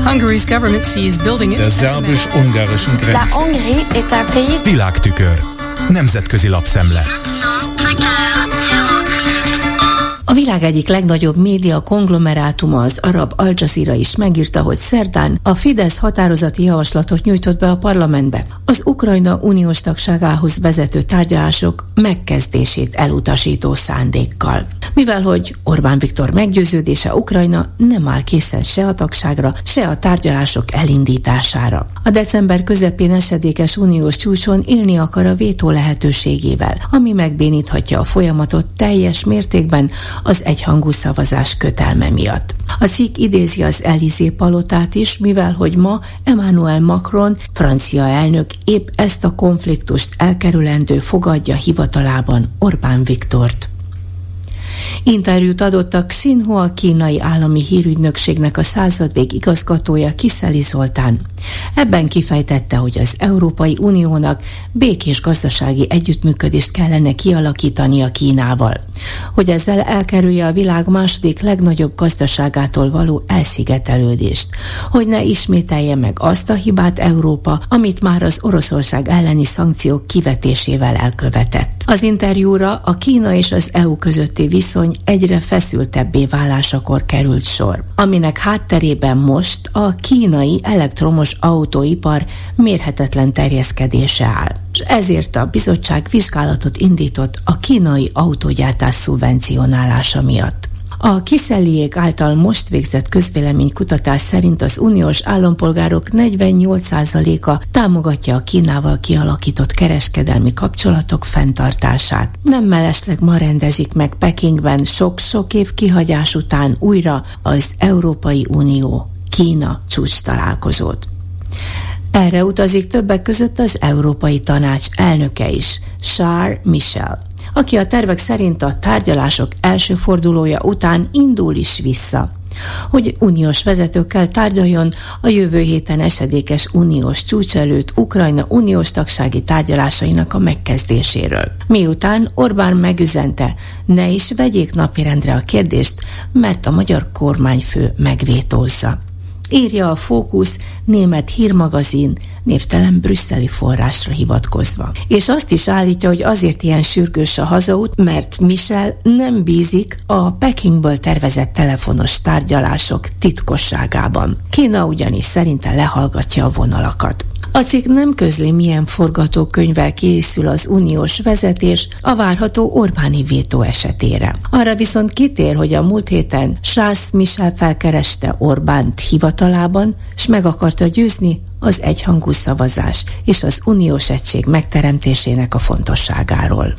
Hungary's government sees building it. Der szerbus-ungarischen Grenze. La Hongrie est un pays. Világtükör. Nemzetközi lapszemle. A világ egyik legnagyobb média konglomerátuma, az arab Al Jazeera is megírta, hogy szerdán a Fidesz határozati javaslatot nyújtott be a parlamentbe. Az Ukrajna uniós tagságához vezető tárgyalások megkezdését elutasító szándékkal. Mivel hogy Orbán Viktor meggyőződése, Ukrajna nem áll készen se a tagságra, se a tárgyalások elindítására. A december közepén esedékes uniós csúcson élni akar a vétó lehetőségével, ami megbéníthatja a folyamatot teljes mértékben az egyhangú szavazás kötelme miatt. A cikk idézi az Élysée palotát is, mivel hogy ma Emmanuel Macron, francia elnök épp ezt a konfliktust elkerülendő fogadja hivatalában Orbán Viktort. Interjút adott a Xinhua kínai állami hírügynökségnek a századvég igazgatója, Kiszeli Zoltán. Ebben kifejtette, hogy az Európai Uniónak békés gazdasági együttműködést kellene kialakítania Kínával, hogy ezzel elkerülje a világ második legnagyobb gazdaságától való elszigetelődést, hogy ne ismételje meg azt a hibát Európa, amit már az Oroszország elleni szankciók kivetésével elkövetett. Az interjúra a Kína és az EU közötti viszony egyre feszültebbé válásakor került sor, aminek hátterében most a kínai elektromos autóipar mérhetetlen terjeszkedése áll. És ezért a bizottság vizsgálatot indított a kínai autógyártás szubvencionálása miatt. A Kiszeliék által most végzett közvéleménykutatás szerint az uniós állampolgárok 48%-a támogatja a Kínával kialakított kereskedelmi kapcsolatok fenntartását. Nem mellesleg ma rendezik meg Pekingben sok-sok év kihagyás után újra az Európai Unió Kína csúcs találkozót. Erre utazik többek között az Európai Tanács elnöke is, Charles Michel, aki a tervek szerint a tárgyalások első fordulója után indul is vissza, hogy uniós vezetőkkel tárgyaljon a jövő héten esedékes uniós csúcs előtt Ukrajna uniós tagsági tárgyalásainak a megkezdéséről. Miután Orbán megüzente, ne is vegyék napirendre a kérdést, mert a magyar kormányfő megvétózza. Írja a Fókusz német hírmagazin névtelen brüsszeli forrásra hivatkozva. És azt is állítja, hogy azért ilyen sürgős a hazaút, mert Michel nem bízik a Pekingből tervezett telefonos tárgyalások titkosságában. Kína ugyanis szerinte lehallgatja a vonalakat. A cikk nem közli, milyen forgatókönyvvel készül az uniós vezetés a várható Orbáni vétó esetére. Arra viszont kitér, hogy a múlt héten Charles Michel felkereste Orbánt hivatalában, s meg akarta győzni az egyhangú szavazás és az uniós egység megteremtésének a fontosságáról.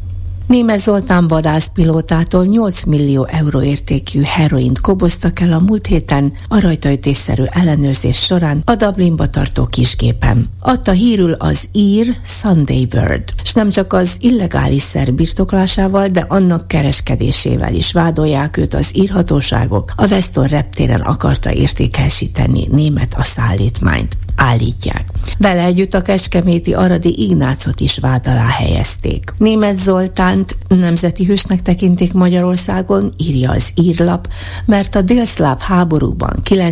Németh Zoltán vadászpilótától 8 millió euró értékű heroint koboztak el a múlt héten a rajtaütésszerű ellenőrzés során a Dublinba tartó kisgépen. Adta hírül az ír Sunday World, és nem csak az illegális szer birtoklásával, de annak kereskedésével is vádolják őt az írhatóságok. A Weston reptéren akarta értékesíteni német a szállítmányt, állítják. Vele együtt a kecskeméti Aradi Ignácot is vád alá helyezték. Németh Zoltánt nemzeti hősnek tekintik Magyarországon, írja az Írlap, mert a délszláv háborúban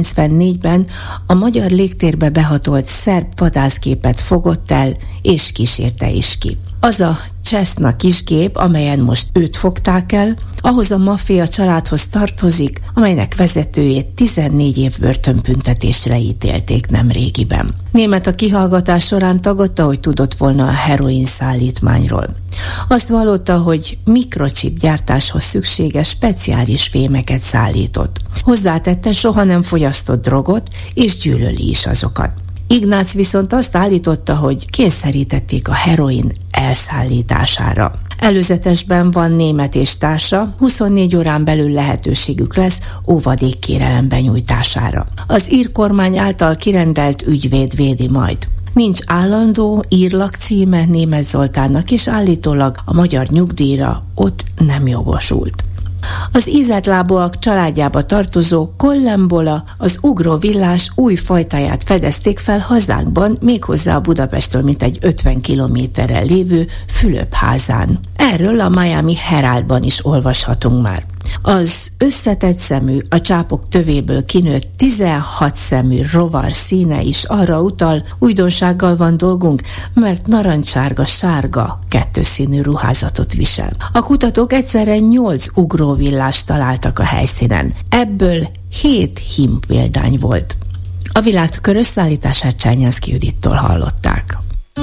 94-ben a magyar légtérbe behatolt szerb vadászgépet fogott el, és kísérte is ki. Az a Cessna kisgép, amelyen most őt fogták el, ahhoz a maffia családhoz tartozik, amelynek vezetőjét 14 év börtönbüntetésre ítélték nemrégiben. Németh a kihallgatás során tagadta, hogy tudott volna a heroin szállítmányról. Azt vallotta, hogy mikrochip gyártáshoz szükséges speciális fémeket szállított. Hozzátette, soha nem fogyasztott drogot, és gyűlöli is azokat. Ignác viszont azt állította, hogy kényszerítették a heroin elszállítására. Előzetesben van Németh és társa, 24 órán belül lehetőségük lesz óvadékkérelem benyújtására. Az ír kormány által kirendelt ügyvéd védi majd. Nincs állandó ír lakcíme Németh Zoltánnak, és állítólag a magyar nyugdíjra ott nem jogosult. Az ízeltlábúak családjába tartozó kollembola, az ugróvillás új fajtáját fedezték fel hazánkban, méghozzá a Budapesttől mintegy 50 kilométerrel lévő Fülöp-házán. Erről a Miami Heraldban is olvashatunk már. Az összetett szemű, a csápok tövéből kinőtt 16 szemű rovar színe is arra utal, újdonsággal van dolgunk, mert narancssárga-sárga kettőszínű ruházatot visel. A kutatók egyszerre 8 ugróvillást találtak a helyszínen. Ebből 7 hímpéldány volt. A világkör összeállítását Csányánszky Judittól hallották.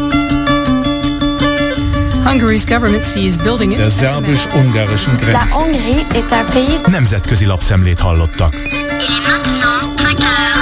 Hungary's government sees building it. Der szerbus-ungarischen Grenze. La Hongrie est un pays. Nemzetközi lapszemlét hallottak. Il est maintenant 5 heures.